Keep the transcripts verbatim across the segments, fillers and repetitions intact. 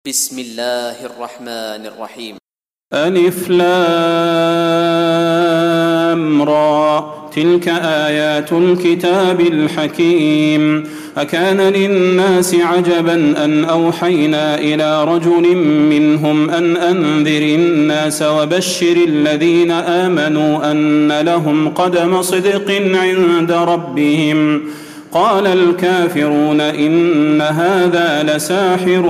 بسم الله الرحمن الرحيم. ألف لام را تلك آيات الكتاب الحكيم. أكان للناس عجبا أن أوحينا إلى رجل منهم أن أنذر الناس وبشر الذين آمنوا أن لهم قدم صدق عند ربهم. قال الكافرون إن هذا لساحر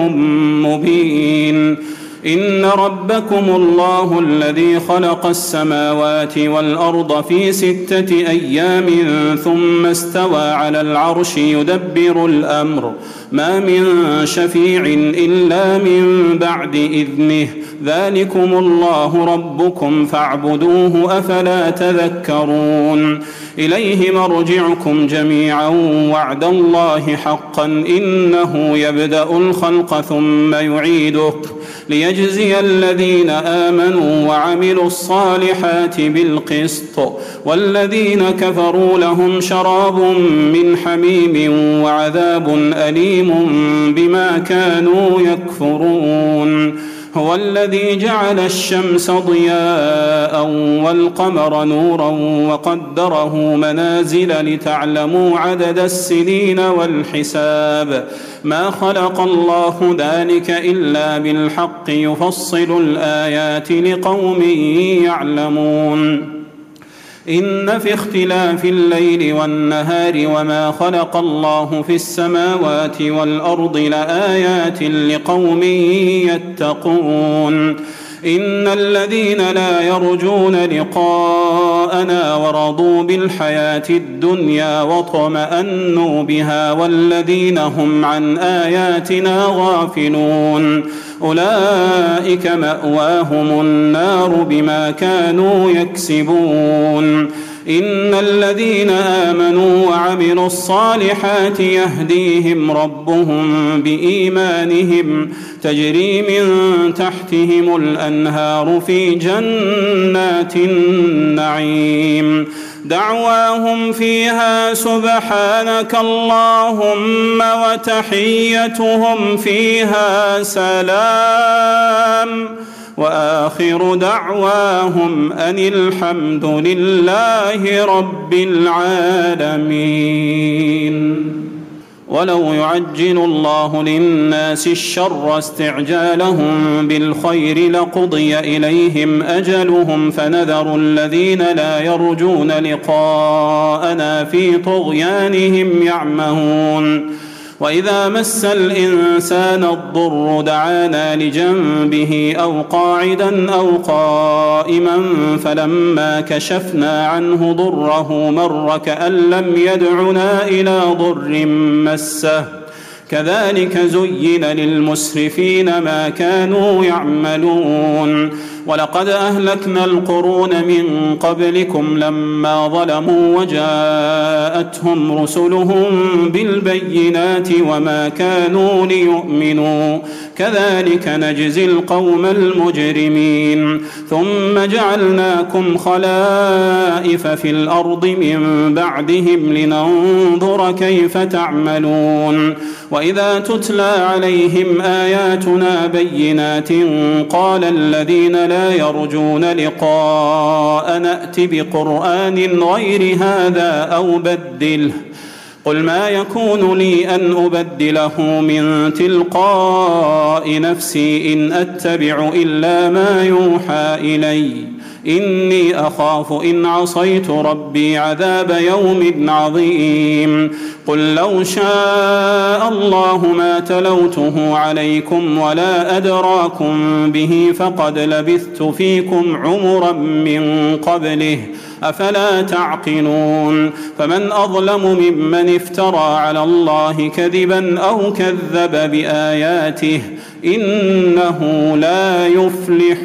مبين. إن ربكم الله الذي خلق السماوات والأرض في ستة أيام ثم استوى على العرش يدبر الأمر ما من شفيع إلا من بعد إذنه ذلكم الله ربكم فاعبدوه أفلا تذكرون. إليه مرجعكم جميعا وعد الله حقا إنه يبدأ الخلق ثم يعيده ليجزي الذين آمنوا وعملوا الصالحات بالقسط والذين كفروا لهم شراب من حميم وعذاب أليم بما كانوا يكفرون. هو الذي جعل الشمس ضياء والقمر نورا وقدره منازل لتعلموا عدد السنين والحساب ما خلق الله ذلك إلا بالحق يفصل الآيات لقوم يعلمون. إن في اختلاف الليل والنهار وما خلق الله في السماوات والأرض لآيات لقوم يتقون. إن الذين لا يرجون لقاءنا ورضوا بالحياة الدنيا واطمأنوا بها والذين هم عن آياتنا غافلون أولئك مأواهم النار بما كانوا يكسبون. إن الذين آمنوا وعملوا الصالحات يهديهم ربهم بإيمانهم تجري من تحتهم الأنهار في جنات النعيم دعواهم فيها سبحانك اللهم وتحيتهم فيها سلام وآخر دعواهم أن الحمد لله رب العالمين. ولو يعجل الله للناس الشر استعجالهم بالخير لقضي إليهم أجلهم فنذر الذين لا يرجون لقاءنا في طغيانهم يعمهون. وإذا مس الإنسان الضر دعانا لجنبه أو قاعدا أو قائما فلما كشفنا عنه ضره مر كأن لم يدعنا إلى ضر مسه كذلك زين للمسرفين ما كانوا يعملون. ولقد أهلكنا القرون من قبلكم لما ظلموا وجاءتهم رسلهم بالبينات وما كانوا ليؤمنوا كذلك نجزي القوم المجرمين. ثم جعلناكم خلائف في الأرض من بعدهم لننظر كيف تعملون. وإذا تتلى عليهم آياتنا بينات قال الذين لا لا يرجون لقاء نأت بقرآن غير هذا أو بدله قل ما يكون لي أن أبدله من تلقاء نفسي إن أتبع إلا ما يوحى إلي إني أخاف إن عصيت ربي عذاب يوم عظيم. قل لو شاء الله ما تلوته عليكم ولا أدراكم به فقد لبثت فيكم عمرا من قبله أفلا تعقلون. فمن أظلم ممن افترى على الله كذبا أو كذب بآياته إنه لا يفلح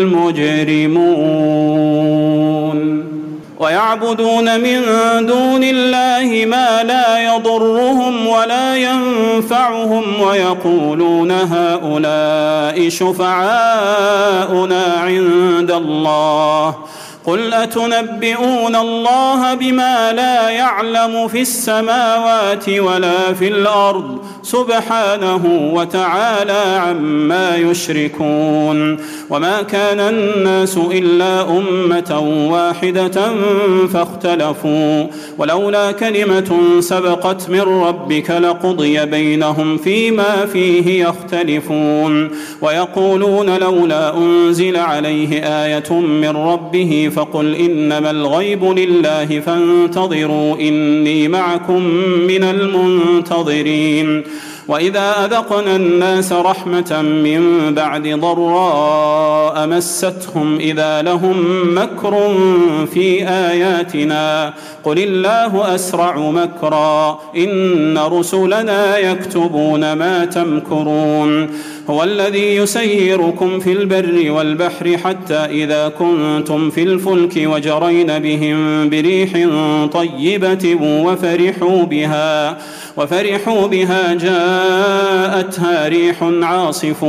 المجرمون. ويعبدون من دون الله ما لا يضرهم ولا ينفعهم ويقولون هؤلاء شفعاؤنا عند الله قل أتنبئون الله بما لا يعلم في السماوات ولا في الأرض سبحانه وتعالى عما يشركون. وما كان الناس إلا أمة واحدة فاختلفوا ولولا كلمة سبقت من ربك لقضي بينهم فيما فيه يختلفون. ويقولون لولا أنزل عليه آية من ربه فقل إنما الغيب لله فانتظروا إني معكم من المنتظرين. وإذا أذقنا الناس رحمة من بعد ضراء مستهم إذا لهم مكر في آياتنا قل الله أسرع مكرا إن رسلنا يكتبون ما تمكرون. هو الذي يسيركم في البر والبحر حتى إذا كنتم في الفلك وجرين بهم بريح طيبة وفرحوا بها وفرحوا بها جاءتها ريح عاصف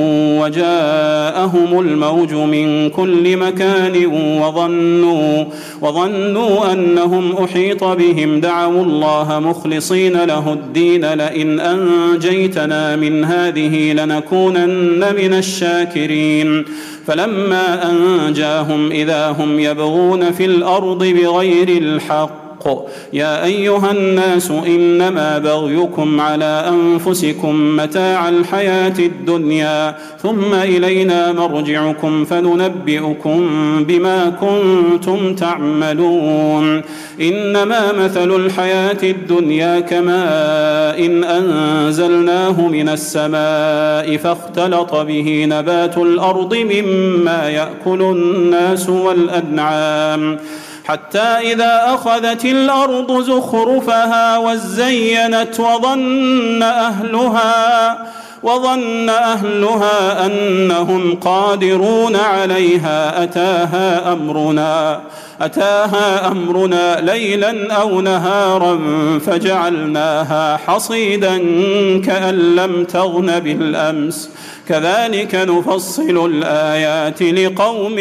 وجاءهم الموج من كل مكان وظنوا وظنوا أنهم أحيط بهم دعوا الله مخلصين له الدين لئن أنجيتنا من هذه لنكونن من الشاكرين. فلما أنجاهم إذا هم يبغون في الأرض بغير الحق يا أيها الناس إنما بغيكم على أنفسكم متاع الحياة الدنيا ثم إلينا مرجعكم فننبئكم بما كنتم تعملون. إنما مثل الحياة الدنيا كماء إن أنزلناه من السماء فاختلط به نبات الأرض مما يأكل الناس والأنعام حتى إذا أخذت الأرض زخرفها وزينت وظن أهلها وظن أهلها أنهم قادرون عليها أتاها أمرنا أتاها أمرنا ليلا أو نهارا فجعلناها حصيدا كأن لم تغن بالأمس كذلك نفصل الآيات لقوم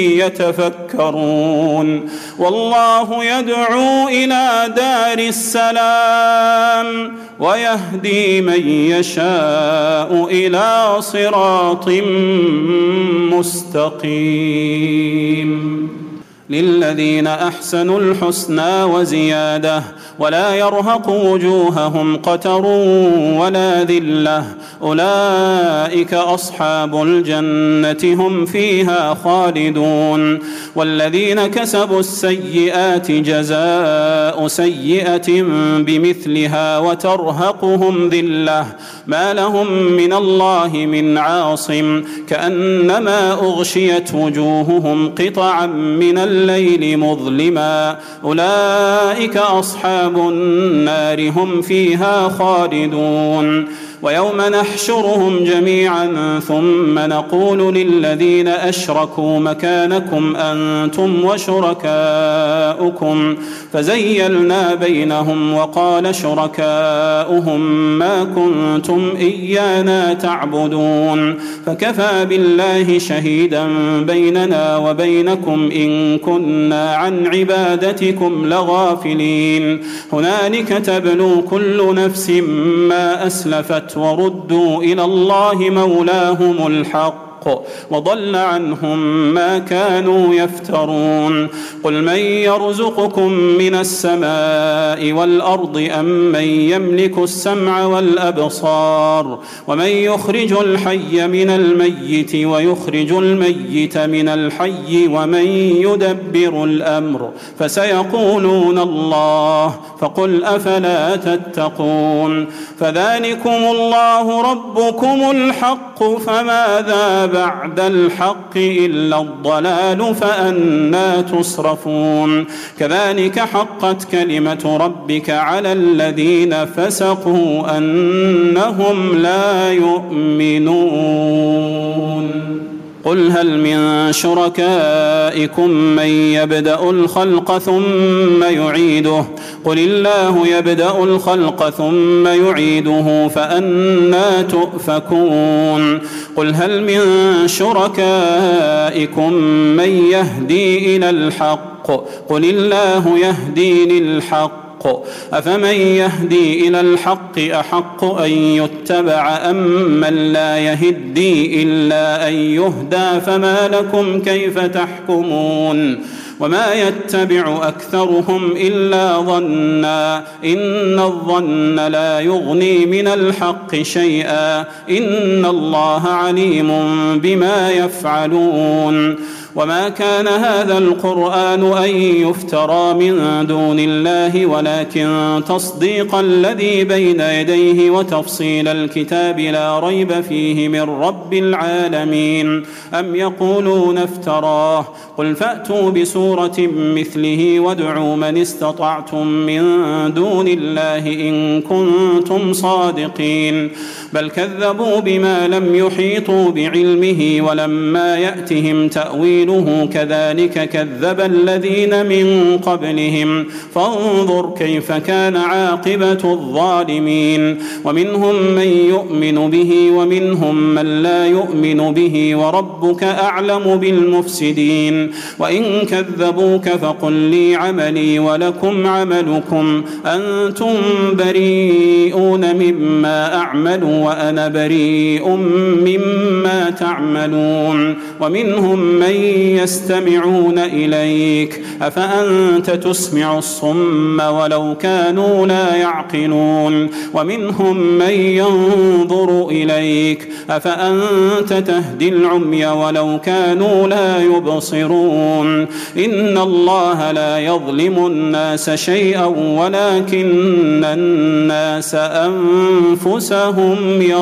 يتفكرون. والله يدعو إلى دار السلام ويهدي من يشاء إلى صراط مستقيم. للذين أحسنوا الحسنى وزيادة ولا يرهق وجوههم قتر ولا ذلة أولئك أصحاب الجنة هم فيها خالدون. والذين كسبوا السيئات جزاء سيئة بمثلها وترهقهم ذلة ما لهم من الله من عاصم كأنما أغشيت وجوههم قطعا من الليل مظلما أولئك أصحاب النار هم فيها خالدون. ويوم نحشرهم جميعا ثم نقول للذين أشركوا مكانكم أنتم وشركاؤكم فزيلنا بينهم وقال شركاؤهم ما كنتم إيانا تعبدون فكفى بالله شهيدا بيننا وبينكم إن كنا عن عبادتكم لغافلين. هنالك تبلو كل نفس ما أسلفت وردوا إلى الله مولاهم الحق وضل عنهم ما كانوا يفترون. قل من يرزقكم من السماء والأرض أم من يملك السمع والأبصار ومن يخرج الحي من الميت ويخرج الميت من الحي ومن يدبر الأمر فسيقولون الله فقل أفلا تتقون. فذلكم الله ربكم الحق فماذا بعد الحق إلا الضلال فأنى تصرفون. كذلك حقت كلمة ربك على الذين فسقوا أنهم لا يؤمنون. قل هل من شركائكم من يبدأ الخلق ثم يعيده قل الله يبدأ الخلق ثم يعيده فأنى تؤفكون قل هل من شركائكم من يهدي إلى الحق قل الله يهدي للحق أفمن يهدي إلى الحق أحق أن يتبع أم من لا يهدي إلا أن يهدى فما لكم كيف تحكمون وما يتبع أكثرهم إلا ظنا إن الظن لا يغني من الحق شيئا إن الله عليم بما يفعلون وما كان هذا القرآن أن يفترى من دون الله ولكن تصديق الذي بين يديه وتفصيل الكتاب لا ريب فيه من رب العالمين أم يقولون افتراه قل فأتوا بسورة مثله وادعوا من استطعتم من دون الله إن كنتم صادقين بل كذبوا بما لم يحيطوا بعلمه ولما يأتهم تأويل كذلك كذب الذين من قبلهم فانظر كيف كان عاقبة الظالمين ومنهم من يؤمن به ومنهم من لا يؤمن به وربك أعلم بالمفسدين وإن كذبوك فقل لي عملي ولكم عملكم أنتم بريئون مما أعمل وأنا بريء مما تعملون ومنهم من يستمعون إليك أفأنت تسمع الصم ولو كانوا لا يعقلون ومنهم من ينظر إليك أفأنت تهدي العمي ولو كانوا لا يبصرون إن الله لا يظلم الناس شيئا ولكن الناس أنفسهم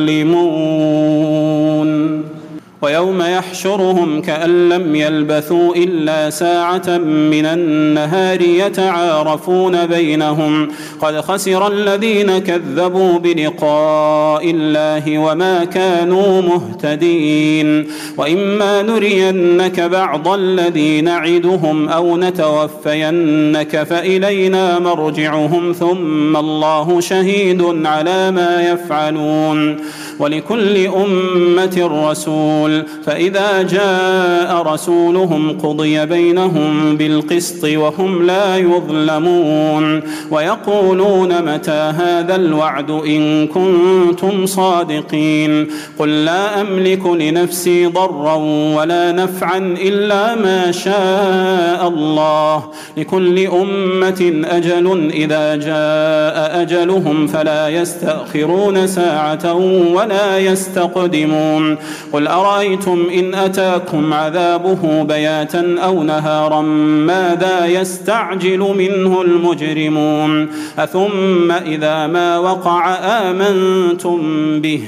يظلمون ويوم يحشرهم كأن لم يلبثوا إلا ساعة من النهار يتعارفون بينهم قد خسر الذين كذبوا بلقاء الله وما كانوا مهتدين وإما نرينك بعض الذي نعدهم أو نتوفينك فإلينا مرجعهم ثم الله شهيد على ما يفعلون ولكل أمة رسول فإذا جاء رسولهم قضي بينهم بالقسط وهم لا يظلمون ويقولون متى هذا الوعد إن كنتم صادقين قل لا أملك لنفسي ضرا ولا نفعا إلا ما شاء الله لكل أمة أجل إذا جاء أجلهم فلا يستأخرون ساعة ولا يستقدمون قل أرأيتم إن أتاكم عذابه بياتا أو نهارا ماذا يستعجل منه المجرمون أثم إذا ما وقع آمنتم به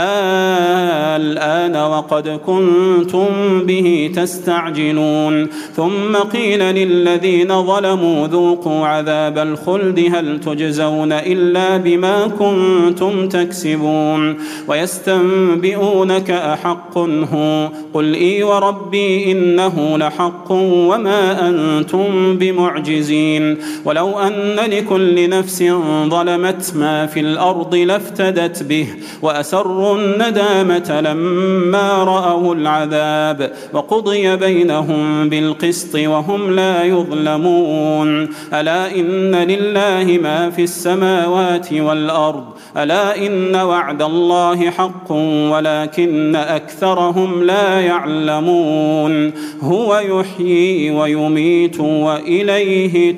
الآن وقد كنتم به تستعجلون ثم قيل للذين ظلموا ذوقوا عذاب الخلد هل تجزون إلا بما كنتم تكسبون ويستنبئونك أحق هو قل إي وربي إنه لحق وما أنتم بمعجزين ولو أن لكل نفس ظلمت ما في الأرض لافتدت به وأسروا الندامة لما رأوا العذاب وقضي بينهم بالقسط وهم لا يظلمون ألا إن لله ما في السماوات والأرض ألا إن وعد الله حق ولكن أكثرهم لا يعلمون هو يحيي ويميت وإليه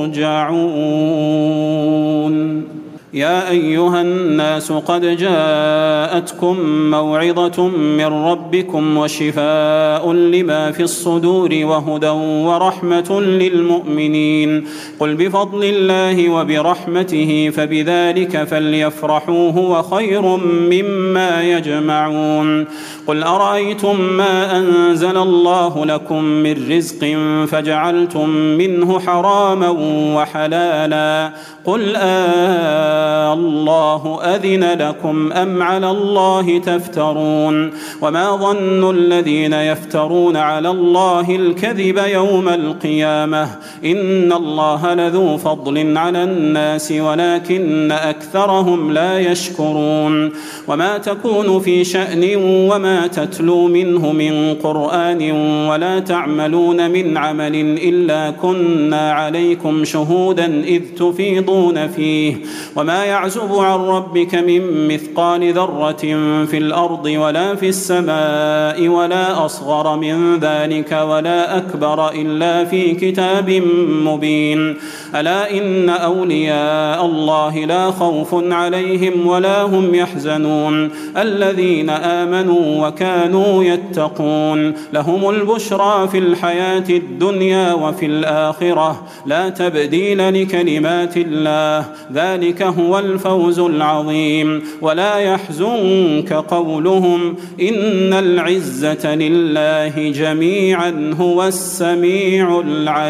ترجعون يا أيها الناس قد جاءتكم موعظة من ربكم وشفاء لما في الصدور وهدى ورحمة للمؤمنين قل بفضل الله وبرحمته فبذلك فليفرحوا هو خير مما يجمعون قل أرأيتم ما أنزل الله لكم من رزق فجعلتم منه حراما وحلالا قل آه الله أذن لكم أم على الله تفترون وما ظن الذين يفترون على الله الكذب يوم القيامة إن الله لذو فضل على الناس ولكن أكثرهم لا يشكرون وما تكون في شأن وما تتلو منه من قرآن ولا تعملون من عمل إلا كنا عليكم شهودا إذ تفيضون فيه وما يعزب عن ربك من مثقال ذرة في الأرض ولا في السماء ولا أصغر من ذلك ولا أكبر إلا في كتاب مبين ألا إن أولياء الله لا خوف عليهم ولا هم يحزنون الذين آمنوا وكانوا يتقون لهم البشرى في الحياة الدنيا وفي الآخرة لا تبديل لكلمات الله ذلك هو الفوز العظيم ولا يحزنك قولهم إن العزة لله جميعا هو السميع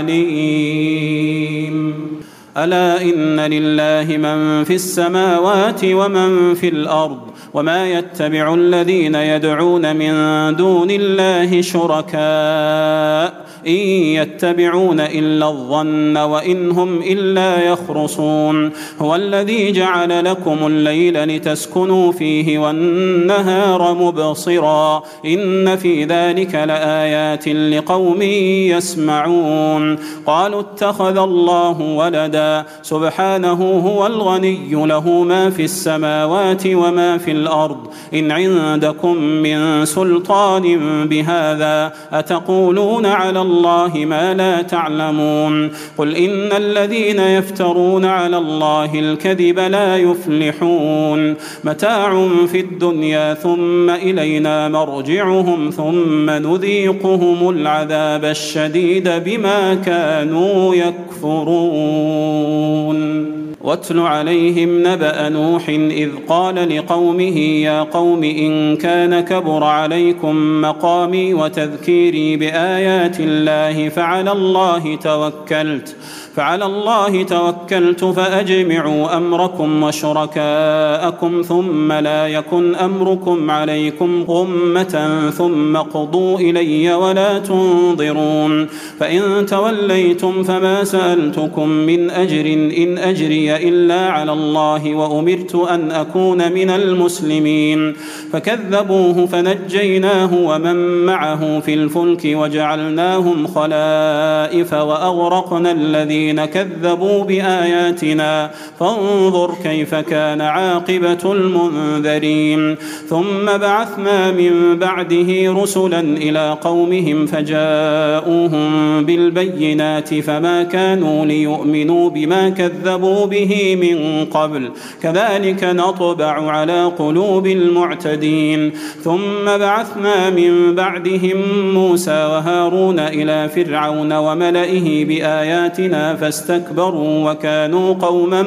العليم ألا إن لله من في السماوات ومن في الأرض وما يتبع الذين يدعون من دون الله شركاء إن يتبعون إلا الظن وإن هم إلا يخرصون هو الذي جعل لكم الليل لتسكنوا فيه والنهار مبصرا إن في ذلك لآيات لقوم يسمعون قالوا اتخذ الله ولدا سبحانه هو الغني له ما في السماوات وما في الأرض إن عندكم من سلطان بهذا أتقولون على الله ما لا تعلمون قل إن الذين يفترون على الله الكذب لا يفلحون متاع في الدنيا ثم إلينا مرجعهم ثم نذيقهم العذاب الشديد بما كانوا يكفرون واتل عليهم نبأ نوح إذ قال لقومه يا قوم إن كان كبر عليكم مقامي وتذكيري بآيات الله فعلى الله توكلت فعلى الله توكلت فأجمعوا أمركم وشركاءكم ثم لا يكن أمركم عليكم غمة ثم قضوا إلي ولا تنظرون فإن توليتم فما سألتكم من أجر إن أجري إلا على الله وأمرت أن أكون من المسلمين فكذبوه فنجيناه ومن معه في الفلك وجعلناهم خلائف وأغرقنا الذين كذبوا بآياتنا فانظر كيف كان عاقبة المنذرين ثم بعثنا من بعده رسلا إلى قومهم فجاءوهم بالبينات فما كانوا ليؤمنوا بما كذبوا به من قبل كذلك نطبع على قلوب المعتدين ثم بعثنا من بعدهم موسى وهارون إلى فرعون وملئه بآياتنا فاستكبروا وكانوا قوما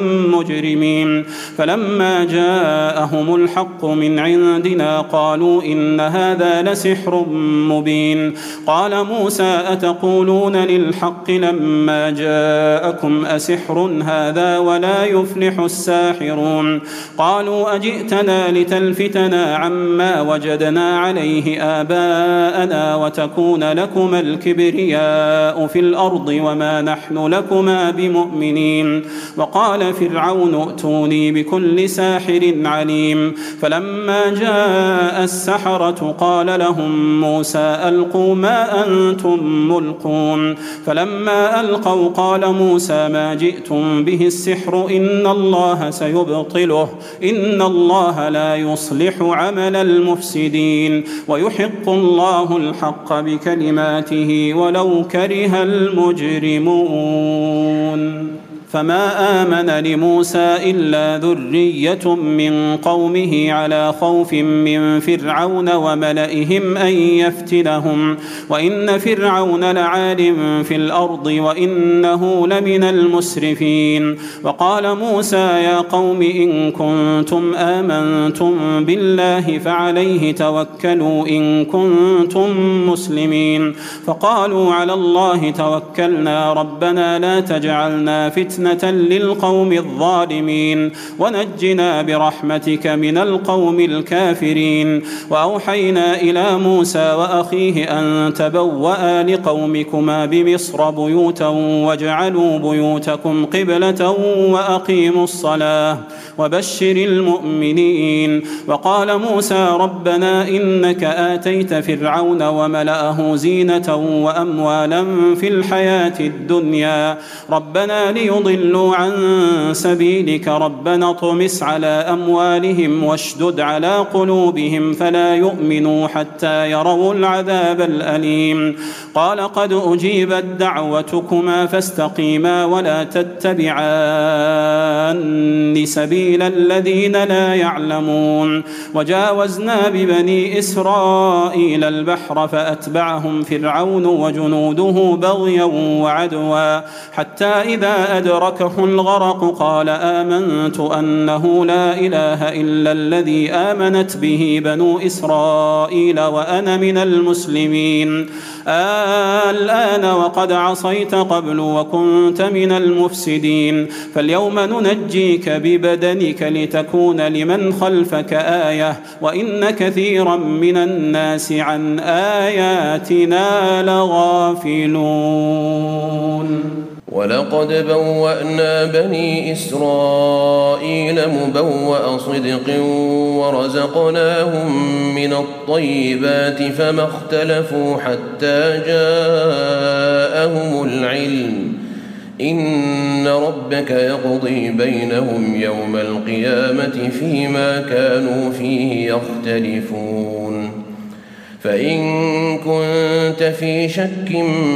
مجرمين فلما جاءهم الحق من عندنا قالوا إن هذا لسحر مبين قال موسى أتقولون للحق لما جاءكم أسحر هذا ولا يفلح الساحرون قالوا أجئتنا لتلفتنا عما وجدنا عليه آباءنا وتكون لكما الكبرياء في الأرض وما نحن لكما بمؤمنين وقال فرعون ائتوني بكل ساحر عليم فلما جاء السحرة قال لهم موسى ألقوا ما أنتم ملقون فلما ألقوا قال موسى ما جئتم به السحر إن الله سيبطله إن الله لا يصلح عمل المفسدين ويحق الله الحق بكلماته ولو كره المجرمون فما آمن لموسى إلا ذرية من قومه على خوف من فرعون وملئهم أن يفتنهم وإن فرعون لعال في الأرض وإنه لمن المسرفين وقال موسى يا قوم إن كنتم آمنتم بالله فعليه توكلوا إن كنتم مسلمين فقالوا على الله توكلنا ربنا لا تجعلنا فتنة فتنة للقوم الظالمين ونجنا برحمتك من القوم الكافرين. وأوحينا إلى موسى وأخيه أن تبوأ لقومكما بمصر بيوتا واجعلوا بيوتكم قبلة وأقيموا الصلاة وبشر المؤمنين. وقال موسى ربنا إنك آتيت فرعون وملأه زينة وأموالا في الحياة الدنيا ربنا ليضلوا عن سبيلك ربنا اطمس على أموالهم واشدد على قلوبهم فلا يؤمنوا حتى يروا العذاب الأليم. قال قد أجيبت دعوتكما فاستقيما ولا تتبعان سبيل الذين لا يعلمون. وجاوزنا ببني إسرائيل البحر فأتبعهم فرعون وجنوده بغيا وعدوا حتى إذا أدركه الغرق قال آمنت أنه لا إله إلا الذي آمنت به بنو إسرائيل وأنا من المسلمين. الآن وقد عصيت قبل وكنت من المفسدين فاليوم ننجيك ببدنك لتكون لمن خلفك آية وإن كثيرا من الناس عن آياتنا لغافلون. ولقد بوأنا بني إسرائيل مبوأ صدق ورزقناهم من الطيبات فما اختلفوا حتى جاءهم العلم إن ربك يقضي بينهم يوم القيامة فيما كانوا فيه يختلفون. فإن كنت في شك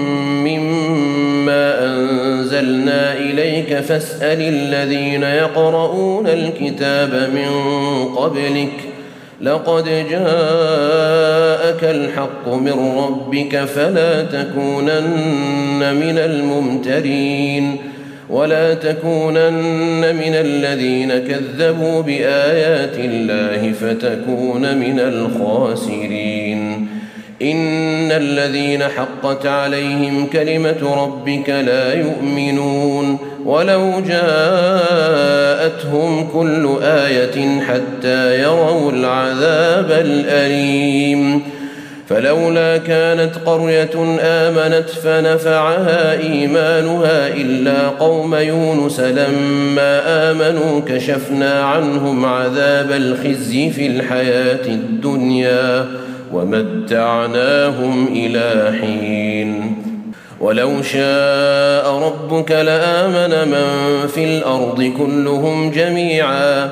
مما أنزلنا إليك فاسأل الذين يقرؤون الكتاب من قبلك لقد جاءك الحق من ربك فلا تكونن من الممترين ولا تكونن من الذين كذبوا بآيات الله فتكون من الخاسرين. إن الذين حقت عليهم كلمة ربك لا يؤمنون ولو جاءتهم كل آية حتى يروا العذاب الأليم. فلولا كانت قرية آمنت فنفعها إيمانها إلا قوم يونس لما آمنوا كشفنا عنهم عذاب الخزي في الحياة الدنيا ومتعناهم إلى حين. ولو شاء ربك لآمن من في الأرض كلهم جميعا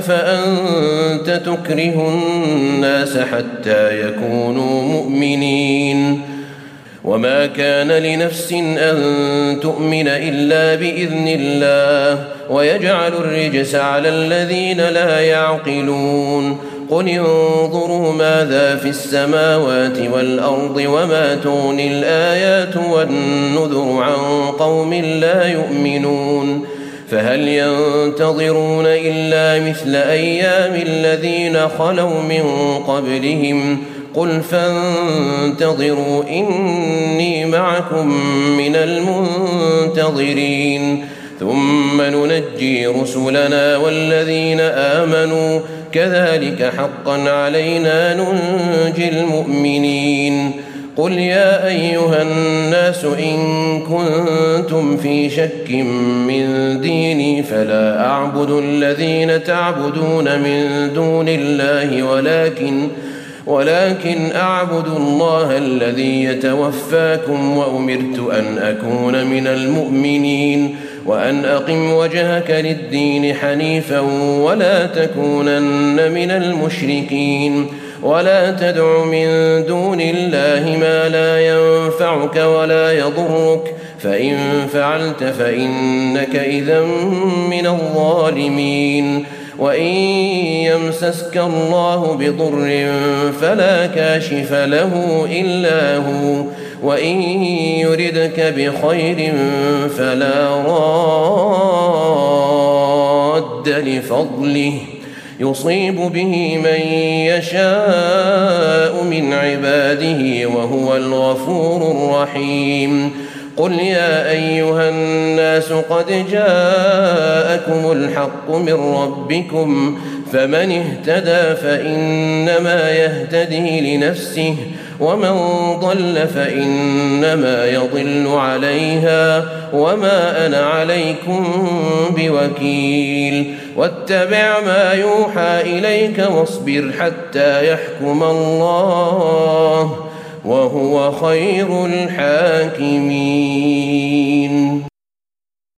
أفأنت تكره الناس حتى يكونوا مؤمنين. وما كان لنفس أن تؤمن إلا بإذن الله ويجعل الرجس على الذين لا يعقلون. قل انظروا ماذا في السماوات والأرض وما تغني الآيات والنذر عن قوم لا يؤمنون. فهل ينتظرون إلا مثل أيام الذين خلوا من قبلهم قل فانتظروا إني معكم من المنتظرين ثم ننجي رسلنا والذين آمنوا كذلك حقا علينا ننجي المؤمنين. قل يا أيها الناس إن كنتم في شك من ديني فلا أعبد الذين تعبدون من دون الله ولكن ولكن أعبد الله الذي يتوفاكم وأمرت أن أكون من المؤمنين وأن أقم وجهك للدين حنيفا ولا تكونن من المشركين ولا تدع من دون الله ما لا ينفعك ولا يضرك فإن فعلت فإنك إذا من الظالمين. وإن يمسسك الله بضر فلا كاشف له إلا هو وإن يردك بخير فلا راد لفضله يصيب به من يشاء من عباده وهو الغفور الرحيم. قل يا أيها الناس قد جاءكم الحق من ربكم فمن اهتدى فإنما يهتدي لنفسه ومن ضل فإنما يضل عليها وما أنا عليكم بوكيل واتبع ما يوحى إليك واصبر حتى يحكم الله وهو خير الحاكمين.